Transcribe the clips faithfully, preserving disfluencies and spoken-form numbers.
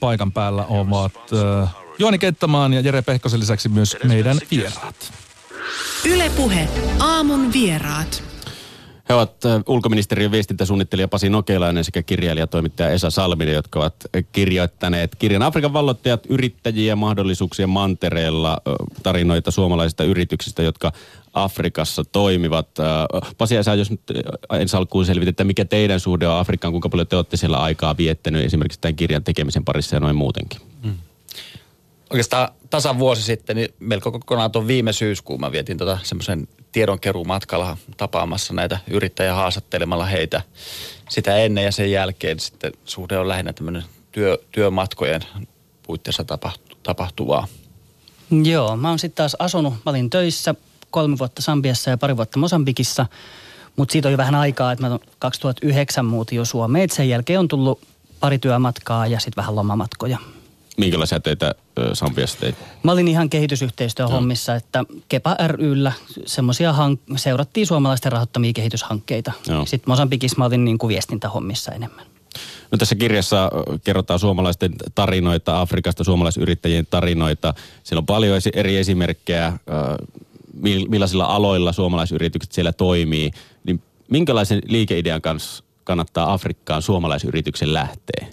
paikan päällä ovat äh, Juhani Kenttämaan ja Jere Pehkosen lisäksi myös meidän vieraat. Yle Puhe, aamun vieraat. He ovat ulkoministeriön viestintäsuunnittelija Pasi Nokelainen sekä kirjailija toimittaja Esa Salminen, jotka ovat kirjoittaneet kirjan Afrikan valloittajat, yrittäjiä, mahdollisuuksia mantereella, tarinoita suomalaisista yrityksistä, jotka Afrikassa toimivat. Pasi ja Esa, jos nyt ensi alkuun selvitetään, mikä teidän suhde on Afrikkaan, kuinka paljon te olette siellä aikaa viettänyt esimerkiksi tämän kirjan tekemisen parissa ja noin muutenkin? Hmm. Oikeastaan tasan vuosi sitten, niin melko kokonaan tuon viime syyskuun mä vietin tota semmoisen tiedonkeruumatkalla tapaamassa näitä yrittäjiä haastattelemalla heitä sitä ennen ja sen jälkeen. Sitten suhde on lähinnä tämmöinen työ, työmatkojen puitteissa tapahtu, tapahtuvaa. Joo, mä oon sitten taas asunut, mä olin töissä kolme vuotta Sambiassa ja pari vuotta Mosambikissa, mutta siitä on jo vähän aikaa, että mä kaksituhattayhdeksän muutin jo Suomeen. Sen jälkeen on tullut pari työmatkaa ja sitten vähän lomamatkoja. Minkälaisia töitä Sambiassa teit? Mä olin ihan kehitysyhteistyöhommissa, no. että Kepa ry:llä semmoisia hank- seurattiin suomalaisten rahoittamia kehityshankkeita. No. Sitten Mosambikissa mä olin niin kuin viestintähommissa enemmän. No tässä kirjassa kerrotaan suomalaisten tarinoita Afrikasta, suomalaisyrittäjien tarinoita. Siellä on paljon eri esimerkkejä, millaisilla aloilla suomalaisyritykset siellä toimii. Niin minkälaisen liikeidean kanssa kannattaa Afrikkaan suomalaisyrityksen lähteä?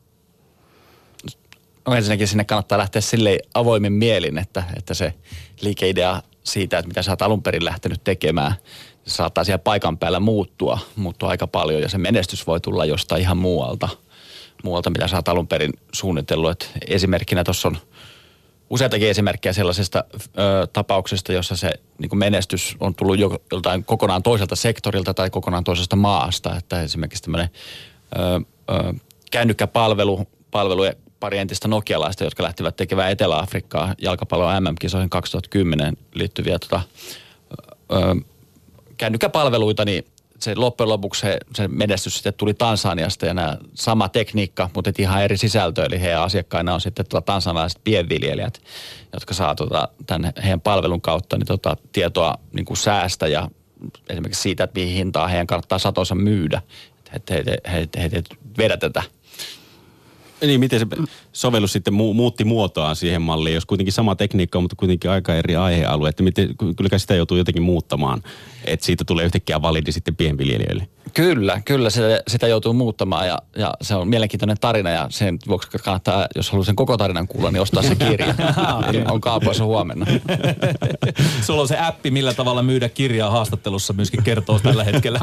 No ensinnäkin sinne kannattaa lähteä silleen avoimin mielin, että, että se liikeidea siitä, että mitä sä oot alun perin lähtenyt tekemään, se saattaa siellä paikan päällä muuttua, muuttua aika paljon ja se menestys voi tulla jostain ihan muualta, muualta mitä sä oot alun perin suunnitellut. Et esimerkkinä tuossa on useitakin esimerkkejä sellaisesta ö, tapauksesta, jossa se niin kuin menestys on tullut jo, joltain kokonaan toiselta sektorilta tai kokonaan toisesta maasta. Että esimerkiksi tämmöinen ö, ö, kännykkäpalvelu, palvelujen pari entistä nokialaista, jotka lähtivät tekemään Etelä-Afrikkaa jalkapallon M M-kisoihin kaksituhattakymmenen liittyviä tota, ö, kännykkäpalveluita, niin se loppujen lopuksi se, se menestys sitten tuli Tansaniasta ja nämä sama tekniikka, mutta ihan eri sisältö, eli heidän asiakkaina on sitten tota tansanialaiset pienviljelijät, jotka saa tota, tämän heidän palvelun kautta niin tota, tietoa niin kuin säästä ja esimerkiksi siitä, että mihin hintaan heidän kannattaa satonsa myydä, että he, he, he, he, he vedä tätä. Niin, miten se sovellus sitten mu- muutti muotoaan siihen malliin, jos kuitenkin sama tekniikka, mutta kuitenkin aika eri aihealue, että miten, kyllä sitä joutuu jotenkin muuttamaan, että siitä tulee yhtäkkiä validi sitten pienviljelijöille. Kyllä, kyllä sitä, sitä joutuu muuttamaan ja, ja se on mielenkiintoinen tarina ja sen vuoksi kannattaa, jos haluaa sen koko tarinan kuulla, niin ostaa se kirja. Niin on kaupoissa huomenna. Sulla on se appi, millä tavalla myydä kirjaa haastattelussa myöskin kertoo tällä hetkellä.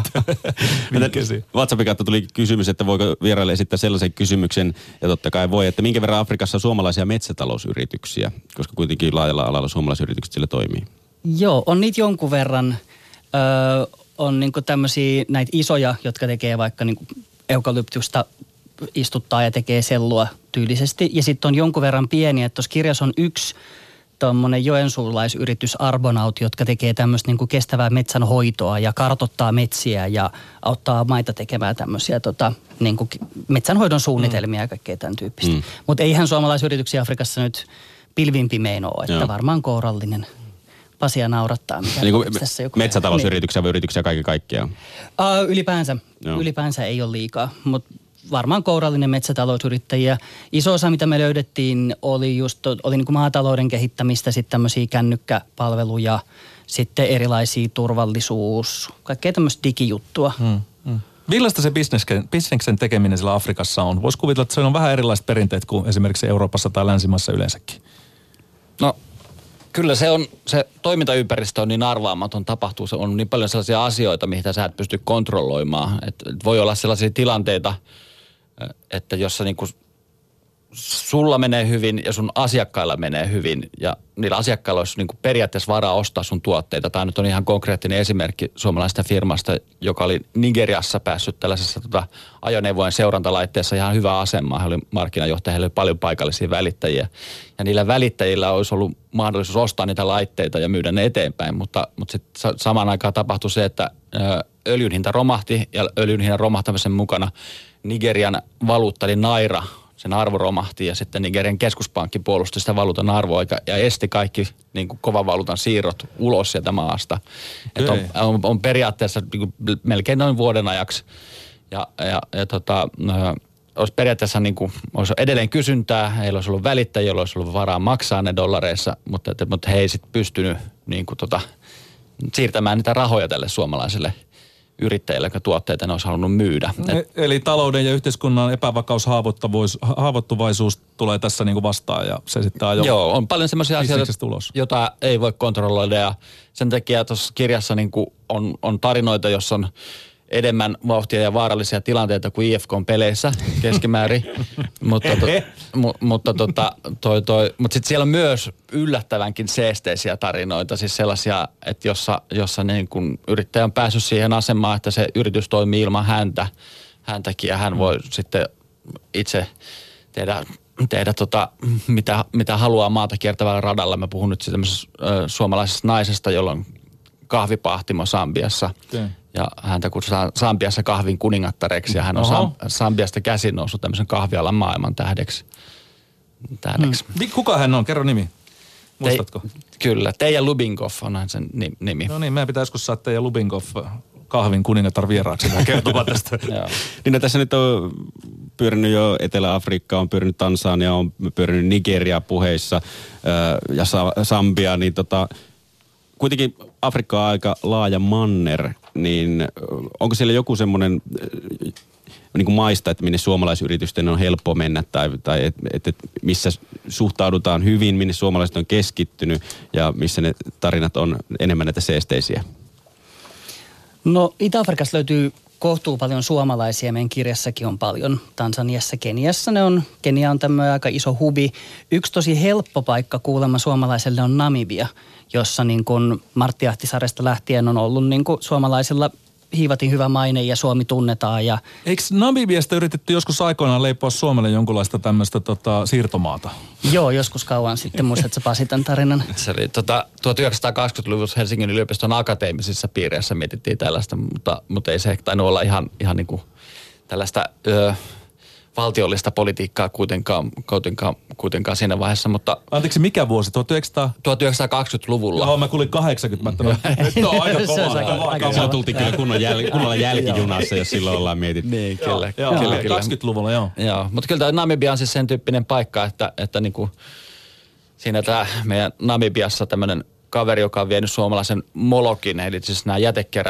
WhatsAppin kautta tuli kysymys, että voiko vieraille esittää sellaisen kysymyksen, ja totta kai voi, että minkä verran Afrikassa on suomalaisia metsätalousyrityksiä, koska kuitenkin laajalla alalla suomalaisyritykset siellä toimii. Joo, on niitä jonkun verran. Öö, on niinku tämmöisiä näitä isoja, jotka tekee vaikka niinku eukalyptusta istuttaa ja tekee sellua tyylisesti. Ja sitten on jonkun verran pieniä, että tuossa kirjassa on yksi tuommoinen joensuulaisyritys Arbonaut, jotka tekee tämmöistä niinku kestävää metsänhoitoa ja kartoittaa metsiä ja auttaa maita tekemään tämmöisiä tota, niinku metsänhoidon suunnitelmia mm. ja kaikkea tämän tyyppistä. Mm. Mutta eihän suomalaisyrityksiä Afrikassa nyt pilvin pimein ole, että Joo. varmaan kourallinen. Pasia naurattaa. Mikä niin kuin tässä joku metsätalousyrityksiä niin. vai yrityksiä kaiken kaikkiaan? Uh, ylipäänsä. Joo. Ylipäänsä ei ole liikaa, mutta varmaan kourallinen metsätalousyrittäjiä. Iso osa, mitä me löydettiin, oli just oli niin kuin maatalouden kehittämistä, sitten tämmöisiä kännykkäpalveluja, sitten erilaisia turvallisuus, kaikkea tämmöistä digijuttua. Hmm, hmm. Millaista se bisneksen, bisneksen tekeminen siellä Afrikassa on? Voisi kuvitella, että se on vähän erilaiset perinteet kuin esimerkiksi Euroopassa tai länsimaissa yleensäkin. No. Kyllä se on, se toimintaympäristö on niin arvaamaton, tapahtuu, se on niin paljon sellaisia asioita, mitä sä et pysty kontrolloimaan. Et voi olla sellaisia tilanteita, että jossa niinku sulla menee hyvin ja sun asiakkailla menee hyvin ja niillä asiakkailla olisi niinku periaatteessa varaa ostaa sun tuotteita. Tämä nyt on ihan konkreettinen esimerkki suomalaisesta firmasta, joka oli Nigeriassa päässyt tällaisessa tota, ajoneuvojen seurantalaitteessa ihan hyvää asemaa. He oli markkinajohtaja, heillä oli paljon paikallisia välittäjiä ja niillä välittäjillä olisi ollut mahdollisuus ostaa niitä laitteita ja myydä ne eteenpäin, mutta, mutta sitten samaan aikaan tapahtui se, että öljyn hinta romahti ja öljyn hinnan romahtamisen mukana Nigerian valuutta eli naira, sen arvo romahti ja sitten Nigerian keskuspankki puolusti sitä valuutan arvoa ja esti kaikki niin kuin kovan valuutan siirrot ulos sieltä maasta. Okay. On, on, on periaatteessa niin kuin melkein noin vuoden ajaksi ja, ja, ja tota, olisi periaatteessa niin kuin, olisi edelleen kysyntää, heillä olisi ollut välittäjiä, joilla olisi ollut varaa maksaa ne dollareissa, mutta, että, mutta he ei sitten pystynyt niin kuin, tota, siirtämään niitä rahoja tälle suomalaiselle yrittäjille, jotka tuotteita ne olisi halunnut myydä. Et, Eli talouden ja yhteiskunnan epävakaus, haavoittuvaisuus tulee tässä niin kuin vastaan ja se sitten ajoo. Joo, on paljon semmoisia asioita, tulos. jota ei voi kontrolloida ja sen takia tuossa kirjassa niin kuin on, on tarinoita, jossa on enemmän vauhtia ja vaarallisia tilanteita kuin I F K:n peleissä keskimäärin. mutta to, mu, mutta tota, toi, toi, mut sitten siellä on myös yllättävänkin seesteisiä tarinoita, siis sellaisia, että jossa, jossa niin kun yrittäjä on päässyt siihen asemaan, että se yritys toimii ilman häntä, häntäkin ja hän voi sitten itse tehdä, tehdä tota, mitä, mitä haluaa maata kiertävällä radalla. Mä puhun nyt tämmöisestä ö, suomalaisesta naisesta, jolla on kahvipahtimo Sambiassa. Okay. Ja häntä kutsutaan Sambiassa kahvin kuningattareksi ja hän on Sam, Sambiasta käsin noussut tämmöisen kahvialan maailman tähdeksi. tähdeksi. Hmm. Kuka hän on? Kerro nimi. Muistatko? Te, kyllä. Teija Lubinkov onhan sen nimi. No niin, meidän pitää joskus saada Teija Lubinkov kahvin kuningatar vieraaksi kertomaan tästä. Niin tässä nyt on pyörinyt jo Etelä-Afrikka, on pyörinyt Tansania, on pyörinyt Nigeria puheissa ja Sambia, niin tota, kuitenkin Afrikka on aika laaja manner, niin onko siellä joku semmoinen niin kuin maista, että minne suomalaisyritysten on helppo mennä tai, tai et, et, et missä suhtaudutaan hyvin, minne suomalaiset on keskittynyt ja missä ne tarinat on enemmän näitä seesteisiä? No Itä-Afrikasta löytyy kohtuu paljon suomalaisia. Meidän kirjassakin on paljon. Tansaniassa, Keniassa ne on. Kenia on tämmöinen aika iso hubi. Yksi tosi helppo paikka kuulemma suomalaiselle on Namibia, jossa niin kuin Martti Ahtisaaresta lähtien on ollut niin kuin suomalaisilla hiivatin hyvä maine ja Suomi tunnetaan. Ja eikö Namibiasta yritetty joskus aikoinaan leipoa Suomelle jonkunlaista tämmöistä tota, siirtomaata? Joo, joskus kauan sitten. Muistatko Pasi tämän tarinan? Se oli tota, tuhatyhdeksänsataakaksikymmentäluvulla Helsingin yliopiston akateemisissa piireissä mietittiin tällaista, mutta, mutta ei se tainnut olla ihan, ihan niin kuin tällaista ö, valtiollista politiikkaa kuitenkaan, kuitenkaan, kuitenkaan siinä vaiheessa, mutta anteeksi, mikä vuosi? tuhatyhdeksänsataa tuhatyhdeksänsataakaksikymmentäluvulla. Joo, mä kuulin kahdeksankymmentä. Nyt on aika kova. Silloin tultiin kyllä kunnon jäl, kunnolla jälkijunassa, jos silloin ollaan mietitty. Niin, kyllä. Joo, kyllä, kyllä. kaksikymmentäluvulla, joo. Joo, mutta kyllä tämä Namibia on siis sen tyyppinen paikka, että, että niinku siinä tämä meidän Namibiassa tämmöinen kaveri, joka on vienyt suomalaisen molokin, eli siis nämä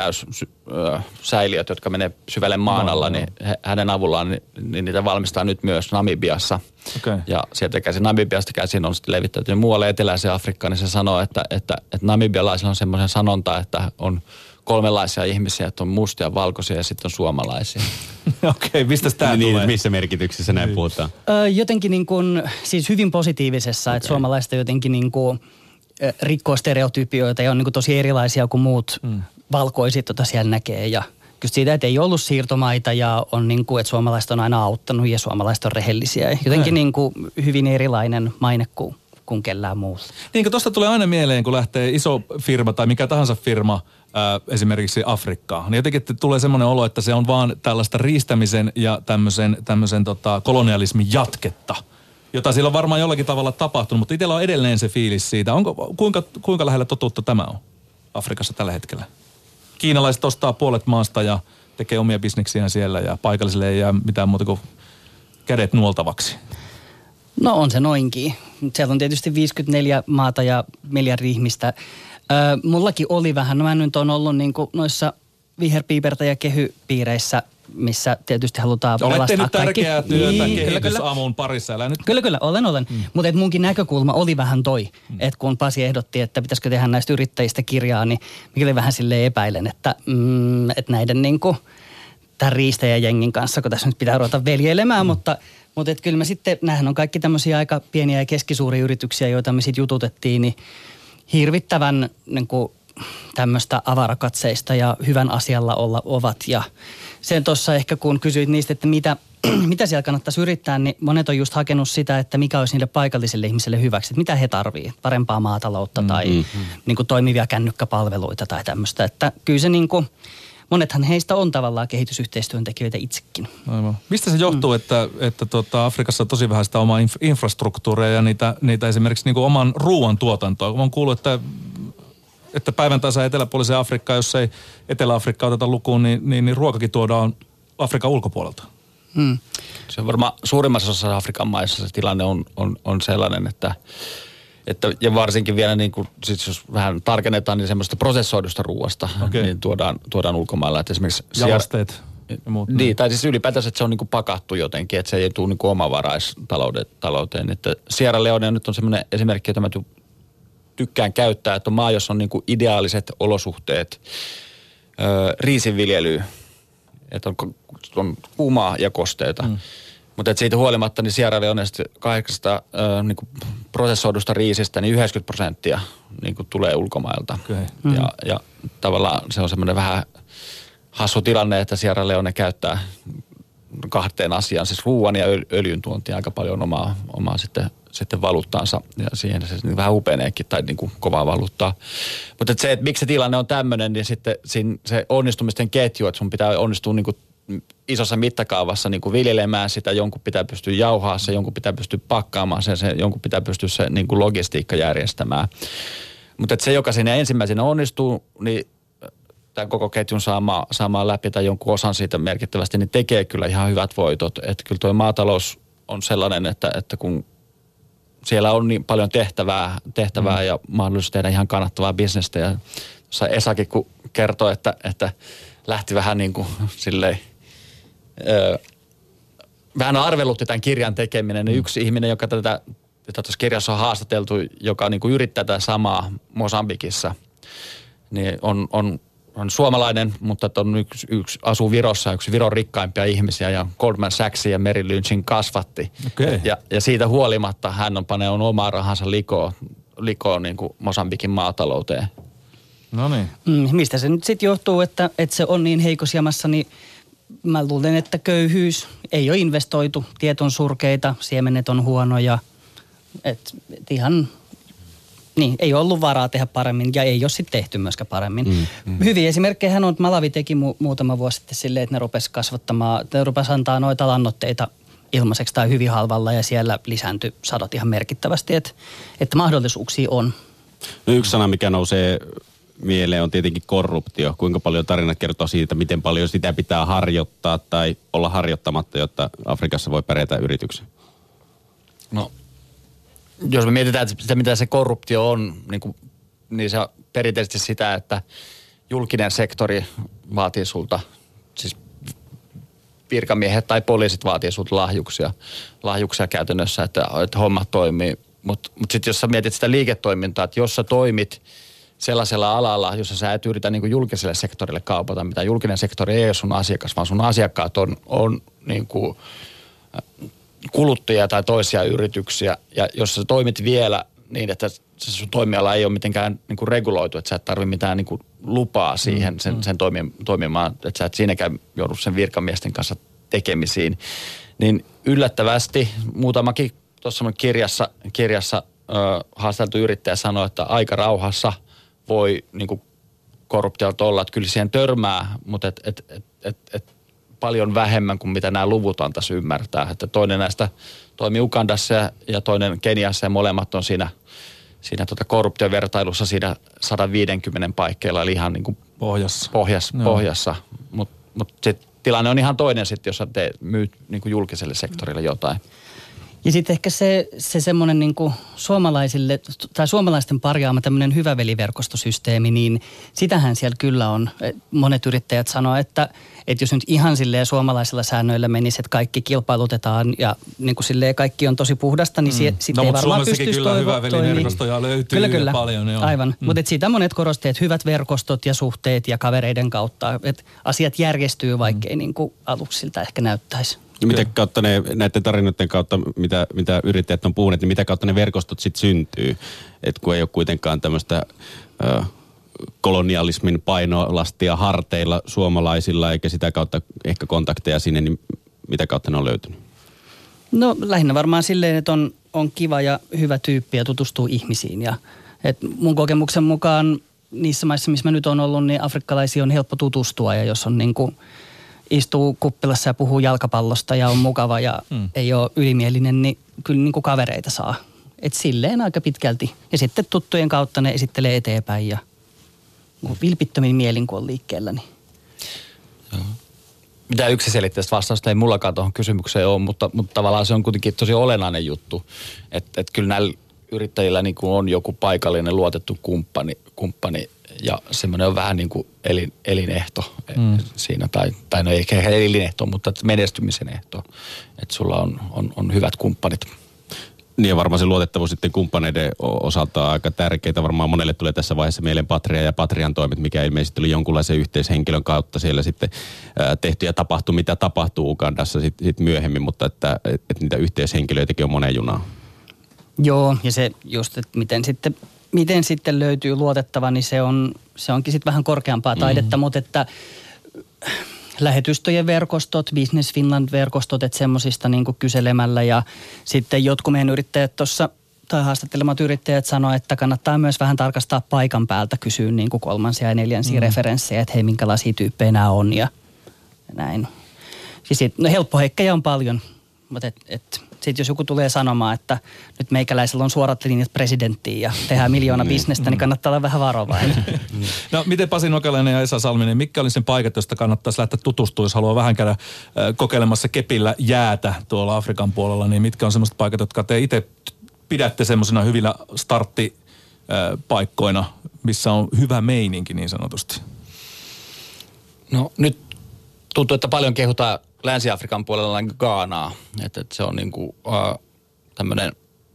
jätekeräyssäiliöt, jotka menee syvälle maan alla, no, niin he, hänen avullaan niin, niin niitä valmistaa nyt myös Namibiassa. Okay. Ja sieltä käsin, Namibiasta käsin on sitten levittäytynyt muualle eteläiseen Afrikkaan, niin se sanoo, että, että, että namibialaisilla on semmoisen sanonta, että on kolmenlaisia ihmisiä, että on mustia, valkoisia ja sitten on suomalaisia. Okei, okay, mistä tämä niin, tulee? Missä merkityksessä näin puhutaan? Öö, jotenkin niin kuin, siis hyvin positiivisessa, okay. Että suomalaista jotenkin niin kuin rikkoo stereotypioita ja on niin kuin tosi erilaisia kuin muut mm. valkoisit, joita siellä näkee. Ja kyllä siitä, että ei ollut siirtomaita ja on niin kuin, että suomalaiset on aina auttanut ja suomalaiset on rehellisiä. Jotenkin niin kuin hyvin erilainen maine kuin, kuin kellään muulla. Niin kuin tuosta tulee aina mieleen, kun lähtee iso firma tai mikä tahansa firma ää, esimerkiksi Afrikkaan. Niin jotenkin tulee semmoinen olo, että se on vaan tällaista riistämisen ja tämmöisen, tämmöisen tota, kolonialismin jatketta, jota siellä on varmaan jollakin tavalla tapahtunut, mutta itsellä on edelleen se fiilis siitä. Onko, kuinka, kuinka lähellä totuutta tämä on Afrikassa tällä hetkellä? Kiinalaiset ostaa puolet maasta ja tekee omia bisneksiään siellä ja paikallisille ei jää mitään muuta kuin kädet nuoltavaksi. No on se noinkin. Siellä on tietysti viisikymmentäneljä maata ja miljardi ihmistä. Öö, mullakin oli vähän, no mä nyt on ollut niin kuin noissa viherpiipertä ja kehypiireissä, missä tietysti halutaan olet pelastaa tehnyt kaikki. Tärkeää työtä niin, kehitysamun parissa. Älä nyt... Kyllä, kyllä, olen, olen. Mm. Mutta munkin näkökulma oli vähän toi, mm. että kun Pasi ehdotti, että pitäisikö tehdä näistä yrittäjistä kirjaa, niin mikä vähän silleen epäilen, että, mm, että näiden niin kuin tämän riistäjäjengin kanssa, kun tässä nyt pitää ruveta veljeilemään, mm. mutta, mutta että kyllä me sitten, nämähän on kaikki tämmöisiä aika pieniä ja keskisuuria yrityksiä, joita me sitten jututettiin, niin hirvittävän niin kuin tämmöistä avarakatseista ja hyvän asialla olla ovat. Ja sen tuossa ehkä kun kysyit niistä, että mitä, mitä siellä kannattaisi yrittää, niin monet on just hakenut sitä, että mikä olisi niille paikallisille ihmisille hyväksi. Että mitä he tarvitsevat, parempaa maataloutta mm-hmm. tai niin kuin toimivia kännykkäpalveluita tai tämmöistä. Että kyllä se niin kuin, monethan heistä on tavallaan kehitysyhteistyöntekijöitä itsekin. Aivan. Mistä se johtuu, mm. että, että tuota, Afrikassa on tosi vähän sitä omaa inf- infrastruktuuria ja niitä, niitä esimerkiksi niin kuin oman ruoan tuotantoa? Olen kuullut, että että päivän tasa eteläpuoliseen Afrikkaan, jos ei Etelä-Afrikkaa oteta lukuun, niin, niin, niin ruokakin tuodaan Afrikan ulkopuolelta. Mm. Se on varmaan suurimmassa osassa Afrikan maissa se tilanne on, on, on sellainen, että, että ja varsinkin vielä niin kuin, siis jos vähän tarkennetaan, niin semmoista prosessoidusta ruuasta okay. niin tuodaan, tuodaan ulkomailla. Että esimerkiksi jalosteet ja muut. Niin, tai siis ylipäätänsä, että se on niin kuin pakattu jotenkin, että se ei tule niin kuin omavaraista-talouteen. Että Sierra Leone nyt on semmoinen esimerkki, jota mä tykkään käyttää, että on maa, jossa on niin kuin ideaaliset olosuhteet öö, riisinviljelyyn. Että on, on kuumaa ja kosteita. Mm. Mutta siitä huolimatta, niin Sierra Leonesta kahdeksasta äh, niin prosessoidusta riisistä, niin yhdeksänkymmentä prosenttia niin tulee ulkomailta. Okay. Mm. Ja, ja tavallaan se on semmoinen vähän hassu tilanne, että Sierra Leone käyttää kahteen asiaan, siis ruoan ja öljyn tuontia aika paljon omaa, omaa sitten, sitten valuuttaansa. Ja siihen se niin vähän upeneekin, tai niin kuin kovaa valuuttaa. Mutta se, että miksi se tilanne on tämmöinen, niin sitten siinä se onnistumisten ketju, että sun pitää onnistua niin kuin isossa mittakaavassa niin kuin viljelemään sitä, jonkun pitää pystyä jauhaa se, jonkun pitää pystyä pakkaamaan se, se jonkun pitää pystyä se niin kuin logistiikka järjestämään. Mutta se, joka siinä ensimmäisenä onnistuu, niin tämän koko ketjun saamaan, saamaan läpi tai jonkun osan siitä merkittävästi, niin tekee kyllä ihan hyvät voitot. Että kyllä tuo maatalous on sellainen, että, että kun siellä on niin paljon tehtävää, tehtävää mm. ja mahdollisuus tehdä ihan kannattavaa bisnestä. Ja tuossa Esakin kun kertoi, että, että lähti vähän niin kuin silleen, öö, vähän arvelutti tämän kirjan tekeminen. Niin yksi ihminen, joka tätä, jota tuossa kirjassa on haastateltu, joka niin kuin yrittää tätä samaa Mosambikissa, niin on, on, on suomalainen, mutta on yksi, yksi asuu Virossa, yksi Viron rikkaimpia ihmisiä ja Goldman Sachsin ja Merrill Lynchin kasvatti. Okay. Ja, ja siitä huolimatta hän on paneen omaa rahansa likoon, likoon niin kuin Mosambikin maatalouteen. No niin. Mm, mistä se nyt sitten johtuu, että, että se on niin heikossa jamassa, niin mä luulen, että köyhyys, ei ole investoitu, tiet on surkeita, siemenet on huonoja, että et ihan, niin, ei ole ollut varaa tehdä paremmin ja ei ole sitten tehty myöskään paremmin. Mm, mm. Hyviä esimerkkejä on, että Malawi teki mu- muutama vuosi sitten silleen, että ne rupesi kasvattamaan, ne rupesi antaa noita lannoitteita ilmaiseksi tai hyvin halvalla ja siellä lisääntyi sadot ihan merkittävästi, että, että mahdollisuuksia on. No yksi sana, mikä nousee mieleen on tietenkin korruptio. Kuinka paljon tarina kertoo siitä, miten paljon sitä pitää harjoittaa tai olla harjoittamatta, jotta Afrikassa voi pärjätä yrityksen? No, jos me mietitään sitä, mitä se korruptio on, niin, kuin, niin se on perinteisesti sitä, että julkinen sektori vaatii sulta, siis virkamiehet tai poliisit vaatii sulta lahjuksia, lahjuksia käytännössä, että, että homma toimii. Mutta mut sitten jos sä mietit sitä liiketoimintaa, että jos sä toimit sellaisella alalla, jossa sä et yritä niin kuin julkiselle sektorille kaupata, mitä julkinen sektori ei ole sun asiakas, vaan sun asiakkaat on, on niin kuin kuluttajia tai toisia yrityksiä. Ja jos sä toimit vielä niin, että se sun toimiala ei ole mitenkään niin kuin reguloitu, että sä et tarvitse mitään niin kuin lupaa siihen sen, sen toimimaan, että sä et siinäkään joudu sen virkamiesten kanssa tekemisiin, niin yllättävästi muutamakin tuossa kirjassa, kirjassa ö, haasteltu yrittäjä sanoi, että aika rauhassa voi niin kuin korruptiolta olla, että kyllä siihen törmää, mutta et, et, et, et, et paljon vähemmän kuin mitä nämä luvut antaisi ymmärtää. Että toinen näistä toimii Ugandassa ja, ja toinen Keniassa ja molemmat on siinä, siinä tota korruptiovertailussa siinä sata viisikymmentä paikkeilla, eli ihan niin kuin pohjassa. pohjassa, no. pohjassa. Mutta mut se tilanne on ihan toinen sitten, jos sä teet, myyt niin kuin julkiselle sektorille jotain. Ja sitten ehkä se, se semmoinen niin kuin suomalaisille, tai suomalaisten parjaama tämmöinen hyväveliverkostosysteemi, niin sitähän siellä kyllä on. Monet yrittäjät sanoo, että, että jos nyt ihan silleen suomalaisilla säännöillä menisi, että kaikki kilpailutetaan ja niin kuin silleen kaikki on tosi puhdasta, niin mm. sitten no, ei varmaan pystyisi kyllä toivo, hyväveliverkostoja löytyy kyllä, kyllä. paljon. Joo. Aivan, mm. mutta sitä monet korosti, että hyvät verkostot ja suhteet ja kavereiden kautta, että asiat järjestyy, vaikkei mm. niin kuin aluksi siltä ehkä näyttäisi. Ja mitä kautta ne, näiden tarinoiden kautta, mitä, mitä yrittäjät on puhuneet, niin mitä kautta ne verkostot sitten syntyy? Että kun ei ole kuitenkaan tämmöistä ö, kolonialismin painolastia harteilla suomalaisilla, eikä sitä kautta ehkä kontakteja sinne, niin mitä kautta ne on löytynyt? No lähinnä varmaan silleen, että on, on kiva ja hyvä tyyppi ja tutustuu ihmisiin. Ja, et mun kokemuksen mukaan niissä maissa, missä mä nyt on ollut, niin afrikkalaisia on helppo tutustua ja jos on niin kuin istuu kuppilassa ja puhuu jalkapallosta ja on mukava ja mm. ei ole ylimielinen, niin kyllä niin kuin kavereita saa. Et silleen aika pitkälti. Ja sitten tuttujen kautta ne esittelee eteenpäin ja vilpittömin mielin, kun on liikkeellä. Niin. Mitä yksiselitteistä vastausta ei mullakaan tuohon kysymykseen ole, mutta, mutta tavallaan se on kuitenkin tosi olennainen juttu. Että et kyllä näillä yrittäjillä niin kuin on joku paikallinen luotettu kumppani, kumppani ja semmoinen on vähän niin kuin elin, elinehto mm. siinä. Tai, tai no ei ehkä elinehto, mutta menestymisen ehto. Että sulla on, on, on hyvät kumppanit. Niin ja varmaan se luotettavuus sitten kumppaneiden osalta on aika tärkeää. Varmaan monelle tulee tässä vaiheessa mieleen Patria ja Patrian toimet, mikä ilmeisesti oli jonkunlaisen yhteishenkilön kautta siellä sitten ää, tehty ja tapahtui, mitä tapahtuu Ugandassa sitten sit myöhemmin, mutta että et, et niitä yhteishenkilöitäkin on monen junaa. Joo, ja se just, että miten sitten, miten sitten löytyy luotettava, niin se, on, se onkin sitten vähän korkeampaa taidetta, mm-hmm. mutta että lähetystöjen verkostot, Business Finland-verkostot, että semmoisista niin kuin kyselemällä ja sitten jotkut meidän yrittäjät tuossa, tai haastattelemat yrittäjät sanoo, että kannattaa myös vähän tarkastaa paikan päältä, kysyä niin kuin kolmansia ja neljänsiä mm. referenssejä, että hei, minkälaisia tyyppejä nämä on ja, ja näin. Ja sit, no helppoheikkejä on paljon, mutta et, et, sitten jos joku tulee sanomaan, että nyt meikäläisellä on suorat linjat presidenttiin ja tehdään miljoona bisnestä, niin kannattaa olla vähän varovainen. No miten Pasi Nokelainen ja Esa Salminen, mitkä oli sen paikat, josta kannattaisi lähteä tutustumaan, jos haluaa vähän käydä äh, kokeilemassa kepillä jäätä tuolla Afrikan puolella, niin mitkä on semmoiset paikat, jotka te itse pidätte semmoisena hyvillä starttipaikkoina, missä on hyvä meininki niin sanotusti? No nyt tuntuu, että paljon kehutaan Länsi-Afrikan puolella Ghanaa, että, että se on niin kuin äh, tämmöinen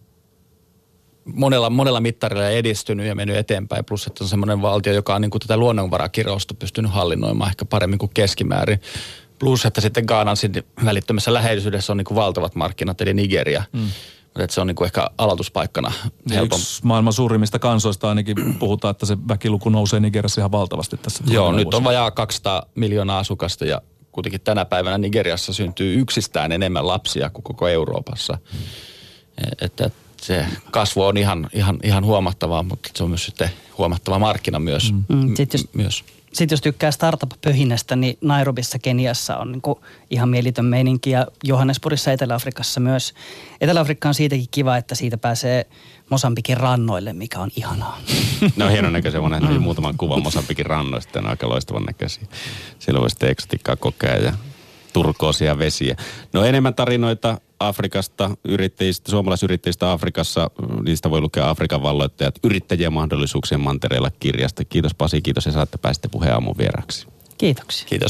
monella, monella mittarilla edistynyt ja mennyt eteenpäin, plus että on semmoinen valtio, joka on niin kuin tätä luonnonvarakirjausta pystynyt hallinnoimaan ehkä paremmin kuin keskimäärin. Plus, että sitten Ghanan välittömässä läheisyydessä on niin kuin valtavat markkinat, eli Nigeria. Mm. Että se on niin kuin ehkä aloituspaikkana helpompi. Yksi maailman suurimmista kansoista ainakin puhutaan, että se väkiluku nousee Nigeriassa ihan valtavasti tässä. Joo, nyt on vajaa kaksisataa miljoonaa asukasta ja kuitenkin tänä päivänä Nigeriassa syntyy yksistään enemmän lapsia kuin koko Euroopassa. Että se kasvu on ihan, ihan, ihan huomattavaa, mutta se on myös sitten huomattava markkina myös. Mm. Sitten jos, myös. Sit jos tykkää startup-pöhinästä, niin Nairobissa Keniassa on niinku ihan mielitön meininki ja Johannesburgissa Etelä-Afrikassa myös. Etelä-Afrikka on siitäkin kiva, että siitä pääsee Mosambikin rannoille, mikä on ihanaa. Ne on hienon näköisiä, mä näin muutaman kuvan Mosambikin rannoista, ne on aika loistavan näköisiä. Siellä voi sitten eksotiikkaa kokea ja turkoosia vesiä. No enemmän tarinoita Afrikasta, yrittäjistä, suomalaisyrittäjistä Afrikassa, niistä voi lukea Afrikan valloittajat, yrittäjien mahdollisuuksien mantereella kirjasta. Kiitos Pasi, kiitos Esa, että pääsitte Puheen aamun vieraksi. Kiitoksia. Kiitos.